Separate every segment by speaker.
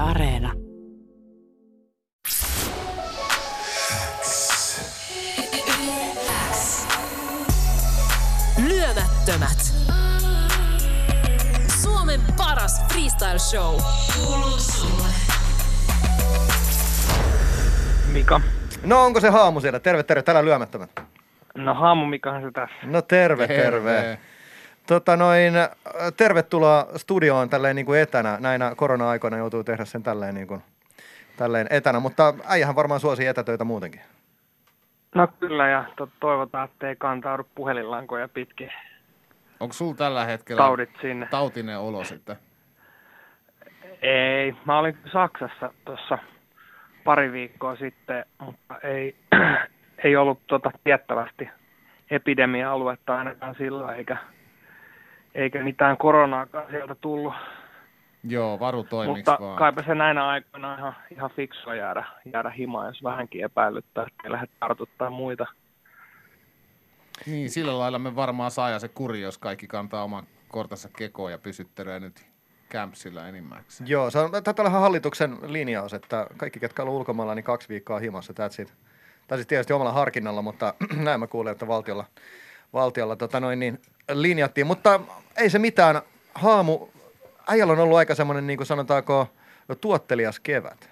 Speaker 1: Areena. Lyömättömät. Suomen paras freestyle show. Kuuluu sulle.
Speaker 2: Mika.
Speaker 3: No onko se Haamu siellä? Terve, täällä Lyömättömät.
Speaker 2: No Haamu Mikahan se tässä.
Speaker 3: No terve. Tervetuloa studioon tälleen niin kuin etänä. Näinä korona-aikoina joutuu tehdä sen tälleen etänä, mutta äijähän varmaan suosii etätöitä muutenkin.
Speaker 2: No kyllä, ja toivotaan, ettei kantaudu puhelinlankoja pitkin.
Speaker 4: Onko sulla tällä hetkellä
Speaker 2: taudit sinne?
Speaker 4: Tautinen olo sitten?
Speaker 2: Ei, mä olin Saksassa tuossa pari viikkoa sitten, mutta ei ollut tiettävästi epidemia-aluetta ainakaan sillä, eikä mitään koronaakaan sieltä tullut.
Speaker 4: Joo, varutoimiksi
Speaker 2: mutta
Speaker 4: vaan.
Speaker 2: kaipa se näinä aikoina ihan fiksua jäädä himaan, jos vähänkin epäilyttää, ettei lähde tartuttaa muita.
Speaker 4: Niin, sillä lailla me varmaan saa se kuri, jos kaikki kantaa oman kortansa kekoon ja pysyttelee nyt kämpsillä enimmäkseen.
Speaker 3: Joo, taitaa olla hallituksen linjaus, että kaikki, ketkä on ulkomailla, niin 2 viikkoa himassa, that's it. Tai siis tietysti omalla harkinnalla, mutta näin mä kuulen, että valtiolla linjattiin. Mutta ei se mitään. Haamu, äijällä on ollut aika semmoinen, niin kuin sanotaanko, tuottelias kevät.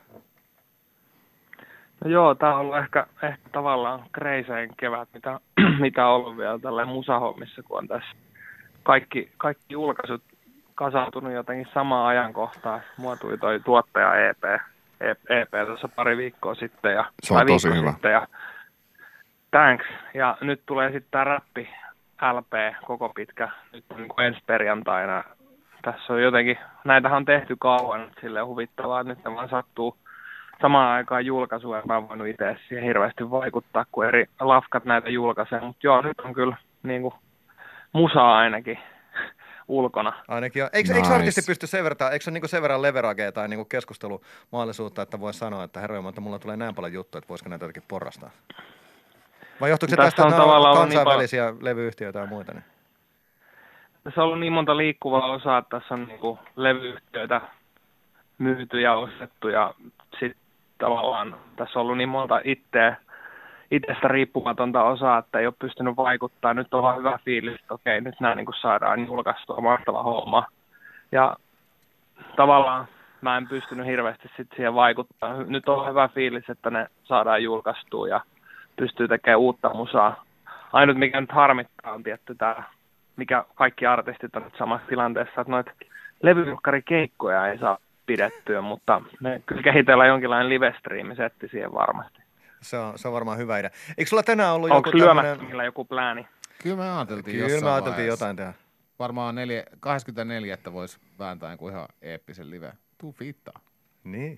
Speaker 3: No
Speaker 2: joo, tää on ollut ehkä tavallaan kreisein kevät, mitä on ollut vielä tälleen musahommissa, kun on tässä kaikki julkaisut kasautunut jotenkin samaan ajankohtaan. Mua tuli toi tuottaja EP tuossa pari viikkoa sitten. Ja,
Speaker 5: se on tosi hyvä.
Speaker 2: Sitten, ja thanks. Ja nyt tulee sitten tää räppi LP koko pitkä, nyt niin kuin ensi perjantaina. Tässä on jotenkin, näitähän on tehty kauan, silleen huvittavaa, että nyt vaan sattuu samaan aikaan julkaisua, ja mä oon voinut itse siihen hirveästi vaikuttaa, kun eri lafkat näitä julkaisee. Mutta joo, nyt on kyllä niin kuin musaa ainakin ulkona.
Speaker 3: Ainakin joo. Eikö artisti pysty sen verran, eikö se ole niin sen verran leveragea tai niin keskustelumahdollisuutta, että voi sanoa, että herra, mutta mulla tulee näin paljon juttuja, että voisiko näitä jotenkin porrastaa? Vai johtuuko se tästä, että on kansainvälisiä levyyhtiöitä ja muita? Niin?
Speaker 2: Tässä on ollut niin monta liikkuvaa osaa, että tässä on niin levyyhtiöitä myyty ja ostettu, ja sitten tavallaan tässä on ollut niin monta itsestä riippumatonta osaa, että ei ole pystynyt vaikuttaa. Nyt on vaan hyvä fiilis, että okei, nyt nämä niin saadaan julkaistua, mahtava homma. Ja tavallaan mä en pystynyt hirveästi siihen vaikuttaa. Nyt on hyvä fiilis, että ne saadaan julkaistua ja pystyy tekemään uutta musaa. Ainut mikä nyt harmittaa on tietty tämä, mikä kaikki artistit on nyt samassa tilanteessa, että noita levyjulkkarikeikkoja ei saa pidettyä, mutta me kyllä kehitellään jonkinlainen live-striimisetti siihen varmasti.
Speaker 3: Se on varmaan hyvä idea. Eikö sulla tänään ollut
Speaker 2: joku Lyömättömillä joku plääni?
Speaker 4: Kyllä me ajateltiin
Speaker 3: jotain tehdä.
Speaker 4: Varmaan 24, että voisi vääntää joku ihan eeppisen live. Tuu fiittaa.
Speaker 3: Niin.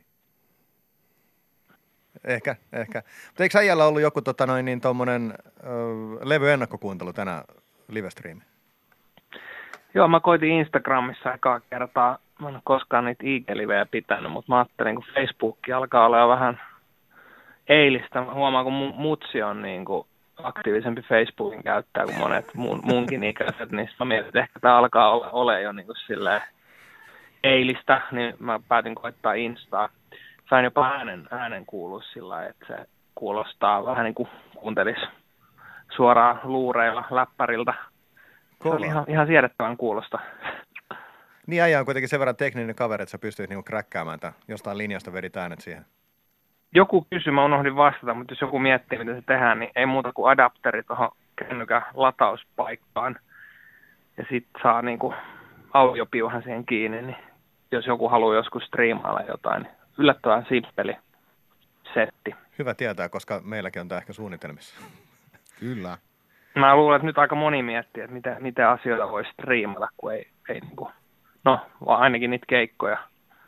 Speaker 3: Ehkä. Mutta eikö äijällä ollut joku tommonen levy-ennakkokuuntelu tänään live-striimi?
Speaker 2: Joo, mä koitin Instagramissa ekaa kertaa. Mä en ole koskaan niitä IG-livejä pitänyt, mutta mä ajattelin, kun Facebook alkaa olla vähän eilistä. Mä huomaan, kun mutsi on niin kuin aktiivisempi Facebookin käyttäjä kuin monet munkin ikäiset, niin mä mietin, että ehkä tää alkaa olla jo niin kuin silleen eilistä, niin mä päätin koittaa Instaa. Sain jopa äänen kuulua sillä lailla, että se kuulostaa vähän niin kuin kuuntelisi suoraan luureilla läppäriltä. Se oli ihan siedettävän kuulosta.
Speaker 3: Niin äijä on kuitenkin sen verran tekninen kaveri, että sä pystyt niinku kräkkäämään jostain linjasta vedit äänet siihen.
Speaker 2: Joku kysyi, mä unohdin vastata, mutta jos joku miettii, miten se tehdään, niin ei muuta kuin adapteri tuohon kännykän latauspaikkaan. Ja sitten saa niinku audiopiuhan siihen kiinni, niin jos joku haluaa joskus striimailla jotain, niin yllättävän simppeli setti.
Speaker 3: Hyvä tietää, koska meilläkin on tämä ehkä suunnitelmissa.
Speaker 4: Kyllä.
Speaker 2: Mä luulen, että nyt aika moni miettii, että miten asioita voi striimata, kun ei niinku, vaan ainakin niitä keikkoja.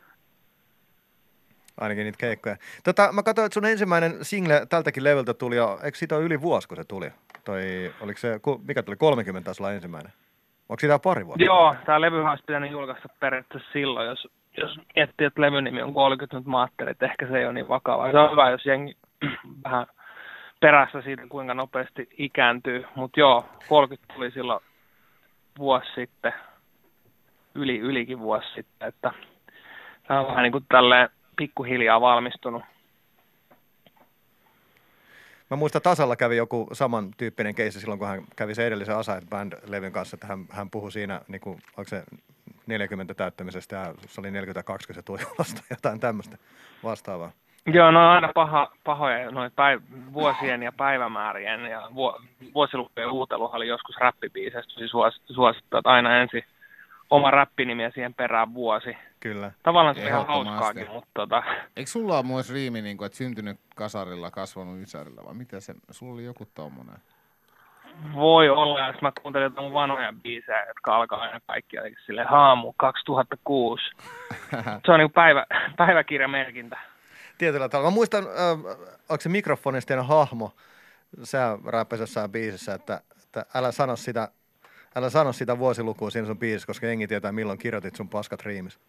Speaker 3: Ainakin niitä keikkoja. Mä katsoin, että sun ensimmäinen single tältäkin leveltä tuli jo, eikö siitä ole yli vuosi, kun se tuli? Oliko se, mikä tuli, 30 taisi olla ensimmäinen? Onko siitä pari vuotta?
Speaker 2: Joo, tää levyhän olisi pitänyt julkaista periaatteessa silloin, jos miettii, että levyn nimi on 30, mutta mä ajattelin, että ehkä se ei ole niin vakavaa. Se on hyvä, jos jengi vähän perässä siitä, kuinka nopeasti ikääntyy. Mutta joo, 30 tuli silloin vuosi sitten, ylikin vuosi sitten, että tämä on vähän niin kuin tälleen pikkuhiljaa valmistunut.
Speaker 3: Mä muistan, Tasalla kävi joku samantyyppinen keissi silloin, kun hän kävi se edellisen Aside Band-levyn kanssa, että hän puhui siinä, niin kuin, onko se 40 täyttämisestä ja se oli 42, kun se tuli ulosta, jotain tämmöistä vastaavaa.
Speaker 2: Joo, no aina pahoja vuosien ja päivämäärien ja vuosilukujen huuteluhan oli joskus räppibiiseistä suosittu, että aina ensin oma räppinimi ja siihen perään vuosi.
Speaker 3: Kyllä.
Speaker 2: Tavallaan se on ihan hauskaakin, mutta
Speaker 4: Eikö sulla ole myös riimi, niin kuin, että syntynyt kasarilla, kasvanut ysärillä, vai mitä se, sulla oli joku tommonen?
Speaker 2: Voi olla, jos mä kuuntelin jotain mun vanhoja biisejä, jotka alkaa aina kaikki silleen Haamu 2006. Se on niin päiväkirjamerkintä.
Speaker 3: Tietyllä tavalla. Mä muistan, onko se Mikrofonista ja hahmo, sä räppäsi jossain biisissä, että älä sano sitä vuosilukua siinä sun biisissä, koska jengi tietää milloin kirjoitit sun paskat riimis.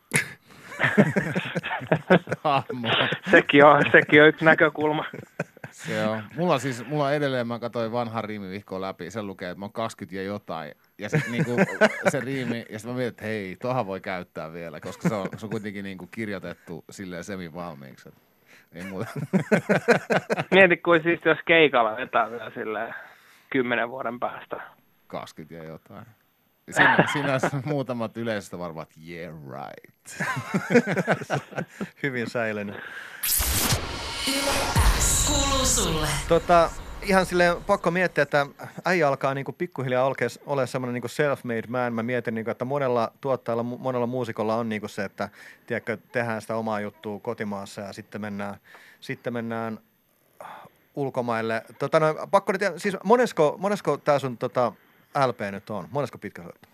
Speaker 4: Hahmo.
Speaker 2: Sekin on yksi näkökulma.
Speaker 4: Se on. Mulla edelleen, mä katsoin vanhan riimivihkoon läpi, se lukee, että mä oon 20 ja jotain. Ja se, niinku, se riimi, ja sitten mä mietin, että hei, tohan voi käyttää vielä, koska se on kuitenkin niinku kirjoitettu silleen semi-valmiiksi. Ei muuta.
Speaker 2: Mieti, kuin siis jos keikalla vetää vielä silleen 10 vuoden päästä.
Speaker 4: 20 ja jotain. Siinä olisi muutamat yleisöstä varmaan, että yeah right.
Speaker 3: Hyvin säilynyt.
Speaker 1: Kuuluu sulle.
Speaker 3: Ihan silleen pakko miettiä, että äijä alkaa niinku pikkuhiljaa olla semmoinen niinku self-made man. Mä mietin, niinku, että monella tuottajalla, monella muusikolla on niinku se, että tiedätkö, tehdään sitä omaa juttua kotimaassa ja sitten mennään ulkomaille. Pakko nyt, siis monesko tää sun LP nyt on? Monesko pitkä soitto?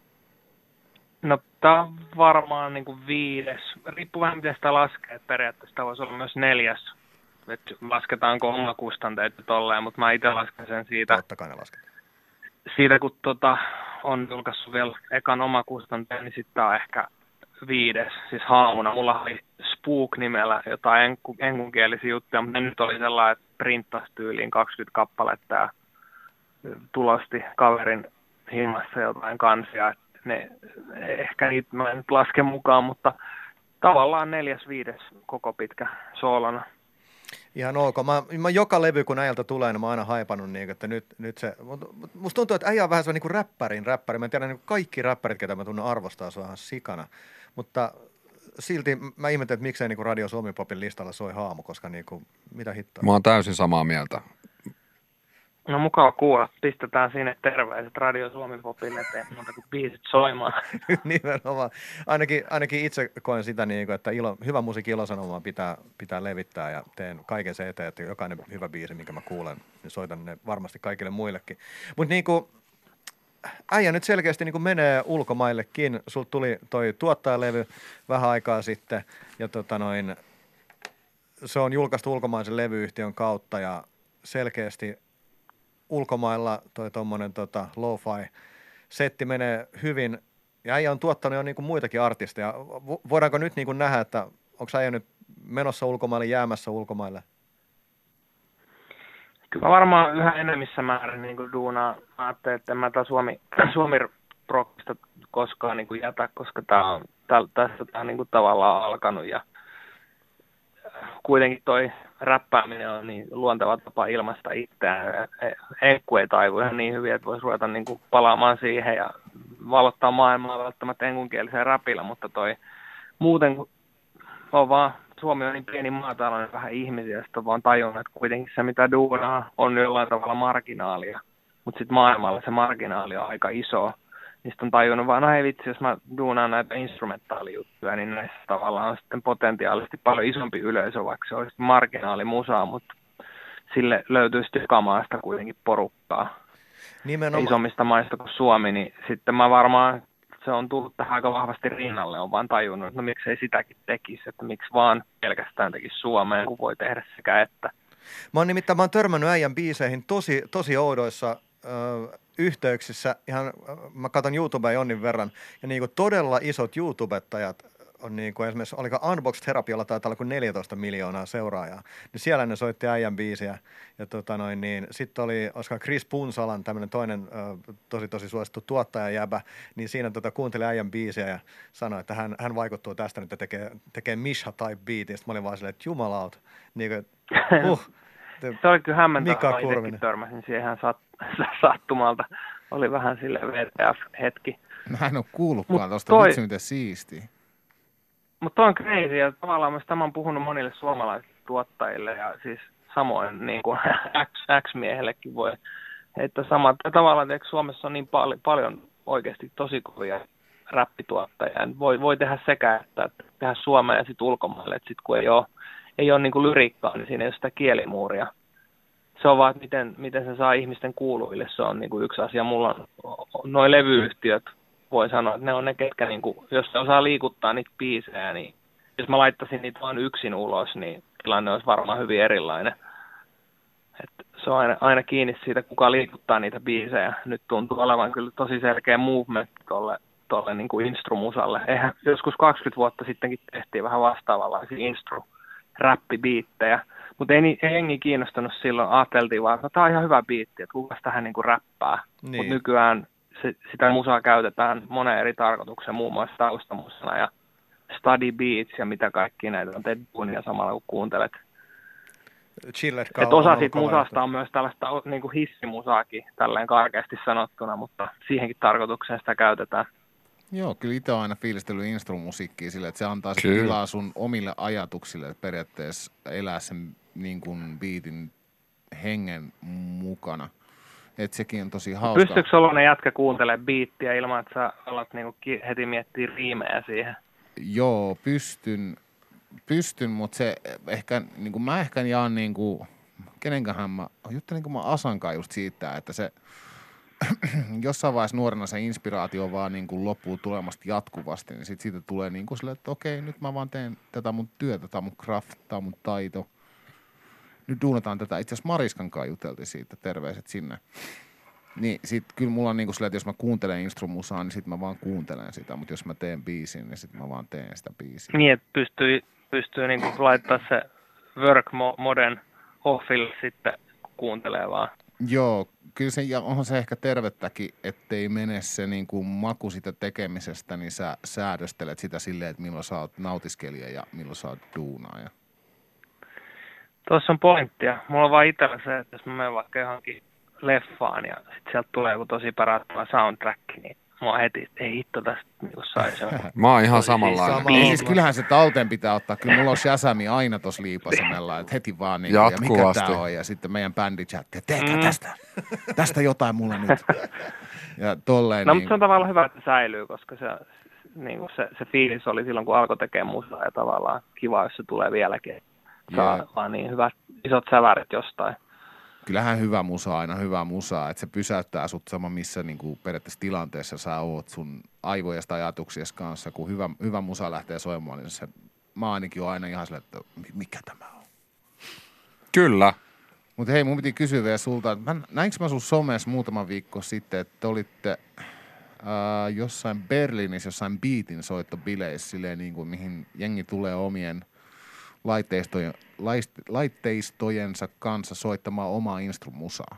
Speaker 2: No tää on varmaan niinku 5. Riippuu vähän miten sitä laskee, että periaatteessa tämä voisi olla myös 4. että lasketaanko omakustanteet tolleen, mutta mä itse lasken sen siitä.
Speaker 3: Totta kai ne lasketaan. Siitä
Speaker 2: kun on julkaissut vielä ekan omakustanteen, niin sitten tää on ehkä 5. Siis Haamuna. Mulla oli Spook-nimellä jotain enkunkielisiä juttuja, mutta ne nyt oli sellainen, että printtasi tyyliin 20 kappaletta ja tulosti kaverin himmassa jotain kansia. Ne, ehkä niitä mä en nyt laske mukaan, mutta tavallaan 4.5. koko pitkä soolona.
Speaker 3: Ihan ok. Mä joka levy, kun äijältä tulee, niin mä oon aina haipannut, niin, että nyt se... Musta tuntuu, että äijä on vähän sellainen niin räppäri. Mä en tiedä, niin kaikki räppärit, ketä mä tunnen arvostaa, se on ihan sikana. Mutta silti mä ihmettelen, että miksei niin Radio Suomi-popin listalla soi Haamu, koska niin kuin, mitä hittoa.
Speaker 5: Mä oon täysin samaa mieltä.
Speaker 2: No mukava kuulla. Pistetään sinne terveiset Radio Suomi-popille, ettei muuta kuin biisit soimaan.
Speaker 3: Nimenomaan. Ainakin itse koen sitä, niin, että hyvä musiikin ilosanomaa pitää levittää ja teen kaiken se eteen, että jokainen hyvä biisi, minkä mä kuulen, niin soitan ne varmasti kaikille muillekin. Mutta niin kuin, äijä nyt selkeästi niin kuin menee ulkomaillekin. Sulta tuli toi tuottajalevy vähän aikaa sitten ja se on julkaistu ulkomaisen levyyhtiön kautta ja selkeästi ulkomailla toi tommonen lo-fi setti menee hyvin ja äijä on tuottanut jo niinku muitakin artisteja. Voidaanko nyt niinku nähdä, että onko äijä nyt menossa ulkomaille, jäämässä ulkomaille?
Speaker 2: Kyllä varmaan yhä enemmissä määrin niin duunaa. Mä ajattelin, että en mä Suomi-rockista koskaan niin kuin jätä, koska tässä tää on niin kuin tavallaan alkanut ja kuitenkin toi räppääminen on niin luonteva tapa ilmaista itseään. Enkku ei taivu ihan niin hyvin, että voisi ruveta niin kuin palaamaan siihen ja valottaa maailmaa välttämättä enkunkieliseen räpillä, mutta toi muuten kun on vaan, Suomi on niin pieni maa, täällä on vähän ihmisiä, sitten on vaan tajunnut, että kuitenkin se mitä duunaa on jollain tavalla marginaalia, mutta sitten maailmalla se marginaali on aika iso. Niistä on tajunnut vaan, no hei vitsi, jos mä duunaan näitä instrumentaalijuttuja, niin näissä tavallaan on sitten potentiaalisesti paljon isompi yleisö, vaikka se olisi marginaalimusaa, mutta sille löytyy sitten joka maasta kuitenkin porukkaa. Nimenomaan. Isommista maista kuin Suomi, niin sitten mä varmaan, se on tullut tähän aika vahvasti rinnalle, on vaan tajunnut, että no miksei sitäkin tekisi, että miksi vaan pelkästään tekisi Suomeen, kun voi tehdä sekä että.
Speaker 3: Mä oon törmännyt äijän biiseihin tosi oudoissa yhteyksissä, ihan mä katson YouTubea jonnin verran, ja niinku todella isot YouTubettajat on niin kuin esimerkiksi, oliko Unbox Therapylla taitaa olla kuin 14 miljoonaa seuraajaa, niin siellä ne soitti äijän biisiä. Ja niin sitten oli, olisiko Chris Punsalan tämmöinen toinen tosi suosittu tuottajajäbä, niin siinä kuunteli äijän biisiä ja sanoi, että hän vaikuttuu tästä nyt ja tekee Misha-type beatin. Sitten mä olin vaan silleen, että jumalauta, niin kuin,
Speaker 2: se oli kyllä hämmentävää, itsekin törmäsin siihen ihan sattumalta. Oli vähän sille WTF-hetki.
Speaker 4: Mä en ole kuullutkaan tuosta, vitsi miten siistiä.
Speaker 2: Mutta toi on crazy, ja tavallaan myös tämä on puhunut monille suomalaisille tuottajille, ja siis samoin niin kuin X-miehellekin voi heittää samaa. Tavallaan, että Suomessa on niin paljon oikeasti tosi kovia räppituottajia. Voi tehdä sekä, että tehdä Suomeen ja sitten ulkomaille, että sitten kun ei ole niin kuin lyriikkaa, niin siinä ei ole sitä kielimuuria. Se on vaan, että miten se saa ihmisten kuuluville, se on niin kuin yksi asia. Mulla on noi levyyhtiöt, voi sanoa, että ne on ne, ketkä, niin kuin, jos se osaa liikuttaa niitä biisejä, niin jos mä laittaisin niitä vaan yksin ulos, niin tilanne olisi varmaan hyvin erilainen. Et se on aina kiinni siitä, kuka liikuttaa niitä biisejä. Nyt tuntuu olevan kyllä tosi selkeä movement tuolle niin kuin instrumusalle. Eihän joskus 20 vuotta sittenkin tehtiin vähän vastaavanlaisia räppibiittejä. Mutta ei jengi kiinnostunut silloin, ajateltiin vaan, että tämä on ihan hyvä biitti, että kuka tähän niinku räppää. Niin. Mutta nykyään sitä musaa käytetään moneen eri tarkoitukseen, muun muassa taustamusana ja study beats ja mitä kaikki näitä on teet duunia samalla kun kuuntelet. Et osa siitä musasta on myös tällaista niinku hissimusaakin, tälleen karkeasti sanottuna, mutta siihenkin tarkoitukseen sitä käytetään.
Speaker 4: Joo, kyllä itse olen aina fiilistellyt instrumusiikkia sille, että se antaa sitten tilaa sun omille ajatuksille, että periaatteessa elää sen niin kuin biitin hengen mukana. Että sekin on tosi hauska.
Speaker 2: Pystyykö sellainen jätkä kuuntelemaan biittiä ilman, että sä alat niinku heti miettiä riimejä siihen?
Speaker 4: Joo, pystyn, mutta se ehkä, niin kuin mä ehkä jaan niin kuin, kenenkähän mä juttelin kuin mä Asankaan just siitä, että se jossain vaiheessa nuorena se inspiraatio vaan niin kuin loppuu tulemasta jatkuvasti, niin sitten siitä tulee niin kuin silleen, että okei, nyt mä vaan teen tätä mun työtä, tämä mun craft, tämä mun taito. Nyt duunataan tätä. Itse asiassa Mariskan kanssa juteltiin siitä, terveiset sinne. Niin sit kyllä mulla on niin kuin silleen, että jos mä kuuntelen instrumusaa, niin sit mä vaan kuuntelen sitä, mutta jos mä teen biisin, niin sit mä vaan teen sitä biisiä.
Speaker 2: Niin, että pystyy niin kuin laittaa se work moden offille sitten, kun kuuntelee vaan.
Speaker 4: Joo, kyllä se, ja onhan se ehkä tervettäkin, ettei mene se niin kuin maku sitä tekemisestä, niin sä säädöstelet sitä silleen, että milloin sä oot nautiskelija ja milloin sä oot duunaaja.
Speaker 2: Tuossa on pointtia. Mulla on vaan itsellä se, että jos mä menen vaikka johonkin leffaan ja sitten sieltä tulee joku tosi parattava soundtrack, niin mua heti, ei hitto tästä niin saisi.
Speaker 5: Mä oon ihan samanlainen.
Speaker 4: Niin siis kyllähän se talteen pitää ottaa. Kyllä mulla on Shazami aina tossa liipasimella, että heti vaan niin, ja mikä tää on. Ja sitten meidän bändi chatti, että tehkää tästä jotain mulle nyt. Ja tolleen
Speaker 2: no,
Speaker 4: niin.
Speaker 2: mutta se on tavallaan hyvä, että säilyy, koska se fiilis oli silloin, kun alkoi tekemään musaa ja tavallaan kiva, jos se tulee vieläkin. Saa vaan niin hyvät isot sävärit jostain.
Speaker 4: Kyllähän hyvä musa on aina hyvä musa, että se pysäyttää sut sama missä niinku periaatteessa tilanteessa sä oot sun aivoista ajatuksiesi kanssa. Kun hyvä musa lähtee soimaan, niin se, mä ainakin oon aina ihan silleen, että mikä tämä on.
Speaker 5: Kyllä.
Speaker 4: Mutta hei, mun piti kysyä vielä sulta, että näinkö mä sun somessa muutama viikko sitten, että olitte jossain Berliinissä, jossain beatin soittobileissä silleen niin kuin mihin jengi tulee omien laitteistojensa kanssa soittamaan omaa instrumusaa.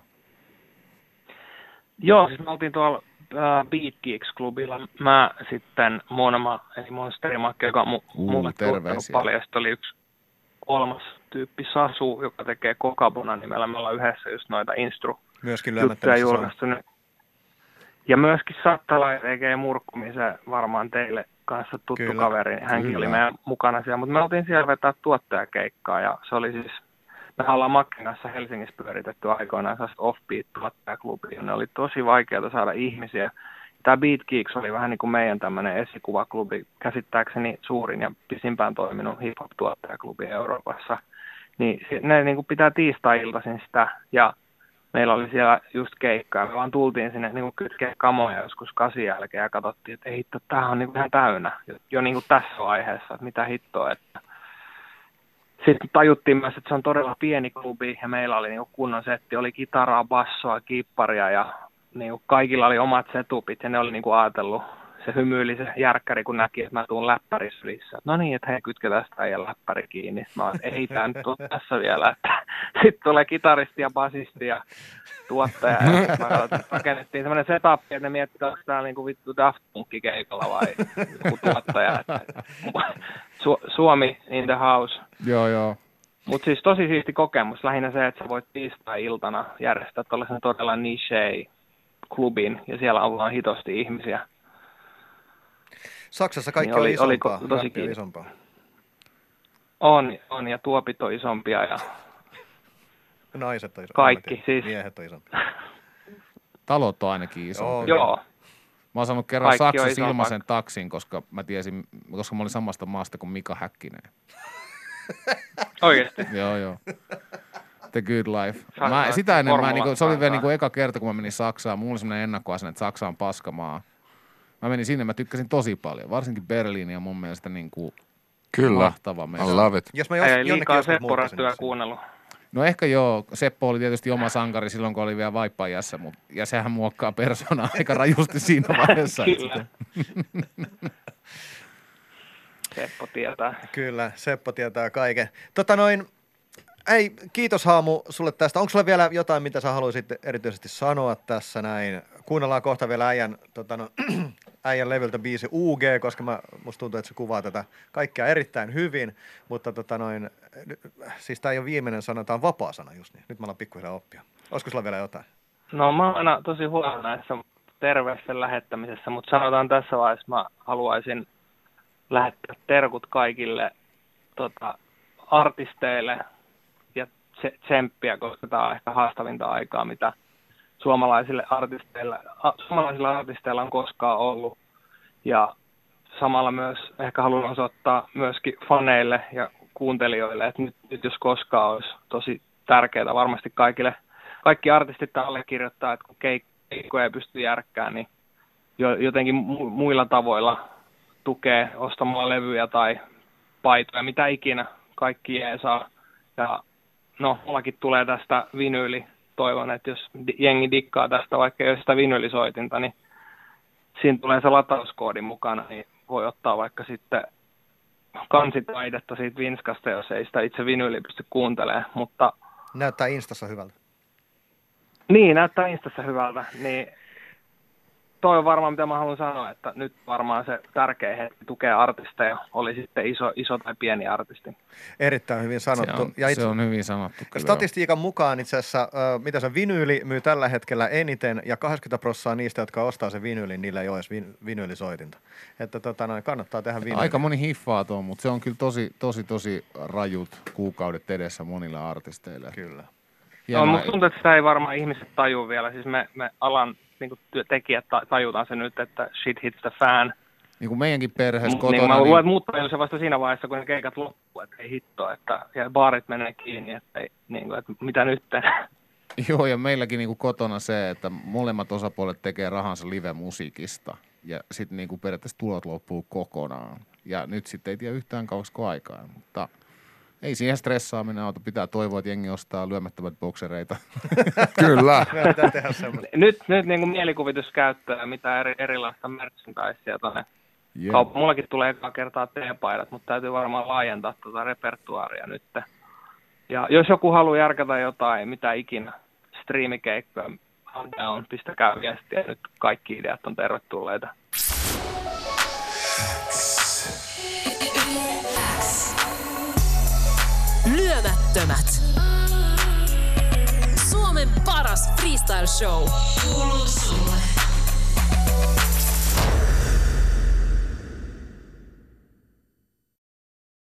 Speaker 2: Joo, siis me oltiin tuolla Beat Geeks-klubilla. Mä sitten Monoma, eli Monsterimakki, joka mulle tuottanut paljon. Sitten oli yksi kolmas tyyppi Sasu, joka tekee Kokabona nimellä. Me ollaan yhdessä just noita juttuja julkaistunut. Ja myöskin Sattala ja Murkkumisen varmaan teille kanssa tuttu kyllä, kaveri. Hänkin oli meidän mukana siellä, mutta me oltiin siellä vetää tuottajakeikkaa ja se oli siis, me ollaan Makken kanssa Helsingissä pyöritetty aikoinaan sellaista offbeat-tuottajaklubia, ja ne oli tosi vaikeaa saada ihmisiä. Tämä Beat Geeks oli vähän niin kuin meidän tämmöinen esikuvaklubi, käsittääkseni suurin ja pisimpään toiminut hip-hop-tuottajaklubi Euroopassa. Niin ne niin kuin pitää tiistai-iltaisin sitä ja meillä oli siellä just keikkaa. Me vaan tultiin sinne niin kytkeä kamoja joskus 8 jälkeen ja katsottiin, että ei hitto, tämähän on niin ihan täynnä. Jo niin tässä vaiheessa, että mitä hittoa. Sitten tajuttiin myös, että se on todella pieni klubi ja meillä oli niin kunnon setti. Oli kitaraa, bassoa, kipparia ja niin kaikilla oli omat setupit ja ne oli niin ajatellut se hymyili se järkkäri, kun näki, että mä tuun läppärissä ylissä. No niin, että hei, kytketään sitä ja läppäri kiinni. Mä oon, ei tää nyt ole tässä vielä. Sitten tulee kitaristi ja basisti ja tuottaja. Ja rakennettiin semmoinen setup, että ne miettii, onko tää niinku vittu Daft Punkki keikalla vai joku tuottaja. Suomi in the house.
Speaker 4: Joo.
Speaker 2: Mutta siis tosi siisti kokemus. Lähinnä se, että sä voit tiistai-iltana järjestää tuollaisen todella niche-klubin ja siellä ollaan hitosti ihmisiä.
Speaker 3: Saksassa kaikki niin isompaa, tosi isompaa.
Speaker 2: On, ja tuopit on isompia ja
Speaker 3: naiset on isompia.
Speaker 2: Kaikki, siis.
Speaker 3: Miehet on isompia.
Speaker 4: Talot on ainakin isompia.
Speaker 2: Joo.
Speaker 4: Mä oon saanut kerran Saksassa ilmaisen taksin, koska mä olin samasta maasta kuin Mika Häkkinen.
Speaker 2: Oikeesti?
Speaker 4: Joo. The Good Life. Sitä ennen se oli vielä niinku eka kerta, kun mä menin Saksaan. Mulla oli semmoinen ennakkoasenne, että Saksa on paskamaa. Mä menin sinne, mä tykkäsin tosi paljon. Varsinkin Berliini on mun mielestä niinku mahtava mesta.
Speaker 5: I love it.
Speaker 2: Jos mä ei liikaa Seppo-rättyä kuunnellut.
Speaker 4: No ehkä joo. Seppo oli tietysti oma sankari silloin, kun oli vielä vaippaajassa, ja sehän muokkaa persoonaa aika rajusti siinä vaiheessa.
Speaker 2: Kyllä. Seppo tietää.
Speaker 3: Kyllä, Seppo tietää kaiken. Hei, kiitos Haamu sulle tästä. Onko sulla vielä jotain, mitä sä haluaisit erityisesti sanoa tässä näin? Kuunnellaan kohta vielä äijän levyltä biisi UG, koska musta tuntuu, että se kuvaa tätä kaikkea erittäin hyvin, mutta siis tää ei ole viimeinen sana, tää on vapaa sana just niin. Nyt mä alan pikkuhiljaa oppia. Olisiko sulla vielä jotain?
Speaker 2: No mä oon aina tosi huono näissä terveisten lähettämisessä, mutta sanotaan tässä vaiheessa, mä haluaisin lähettää terkut kaikille artisteille ja tsemppiä, koska tää on ehkä haastavinta aikaa, mitä suomalaisilla artisteilla on koskaan ollut. Ja samalla myös ehkä haluan osoittaa myöskin faneille ja kuuntelijoille, että nyt jos koskaan olisi tosi tärkeää varmasti kaikki artistit allekirjoittaa, että kun keikkoja ei pysty järkkään, niin jotenkin muilla tavoilla tukee ostamalla levyjä tai paitoja, mitä ikinä kaikki ei saa. Ja no, mullakin tulee tästä vinyyli. Toivon, että jos jengi dikkaa tästä, vaikka ei ole sitä vinyylisoitinta, niin siinä tulee se latauskoodi mukana, niin voi ottaa vaikka sitten kansitaidetta siitä vinskasta, jos ei sitä itse vinyyli pysty kuuntelemaan. Mutta
Speaker 3: näyttää Instassa hyvältä.
Speaker 2: Niin, näyttää Instassa hyvältä. Niin toi on varmaan, mitä mä haluan sanoa, että nyt varmaan se tärkeä hetki tukea artisteja, oli sitten iso tai pieni artisti.
Speaker 3: Erittäin hyvin sanottu.
Speaker 4: Se on hyvin sanottu.
Speaker 3: Statistiikan mukaan itse asiassa, mitä se vinyyli myy tällä hetkellä eniten, ja 80% niistä, jotka ostaa sen vinyylin, niillä ei ole edes vinyylisoitinta. Että kannattaa tehdä vinyyli.
Speaker 4: Aika moni hiffaa tuon, mutta se on kyllä tosi rajut kuukaudet edessä monille artisteille.
Speaker 3: Kyllä.
Speaker 2: No, musta tuntuu, että sitä ei varmaan ihmiset tajua vielä. Siis me alan niin tekijät tajutaan se nyt, että shit hits the fan.
Speaker 4: Niin kuin meidänkin perheessä kotona.
Speaker 2: Niin mä luulen, että muut tajuu se vasta siinä vaiheessa, kun ne keikat loppuu, että ei hittoa, ja baarit menee kiinni, että mitä nyt tehdään.
Speaker 4: Joo, ja meilläkin niin kuin kotona se, että molemmat osapuolet tekee rahansa live-musiikista, ja sitten niin kuin periaatteessa tulot loppuu kokonaan. Ja nyt sitten ei tiedä yhtään kauasko aikaa, mutta ei siihen stressaaminen auta. Pitää toivoa, että jengi ostaa lyömättömät boksereita.
Speaker 5: Kyllä.
Speaker 2: Nyt niin kuin mielikuvituskäyttöä, mitä erilaista merchandisea tuonne. Mullakin tulee ekaa kertaa teepaidat, mutta täytyy varmaan laajentaa tuota repertuaaria nyt. Ja jos joku haluaa järkätä jotain, mitä ikinä, striimikeikkoja, down, pistäkää viestiä. Nyt kaikki ideat on tervetulleita.
Speaker 1: Lyömättömät. Suomen paras freestyle show. Kuuluu sulle.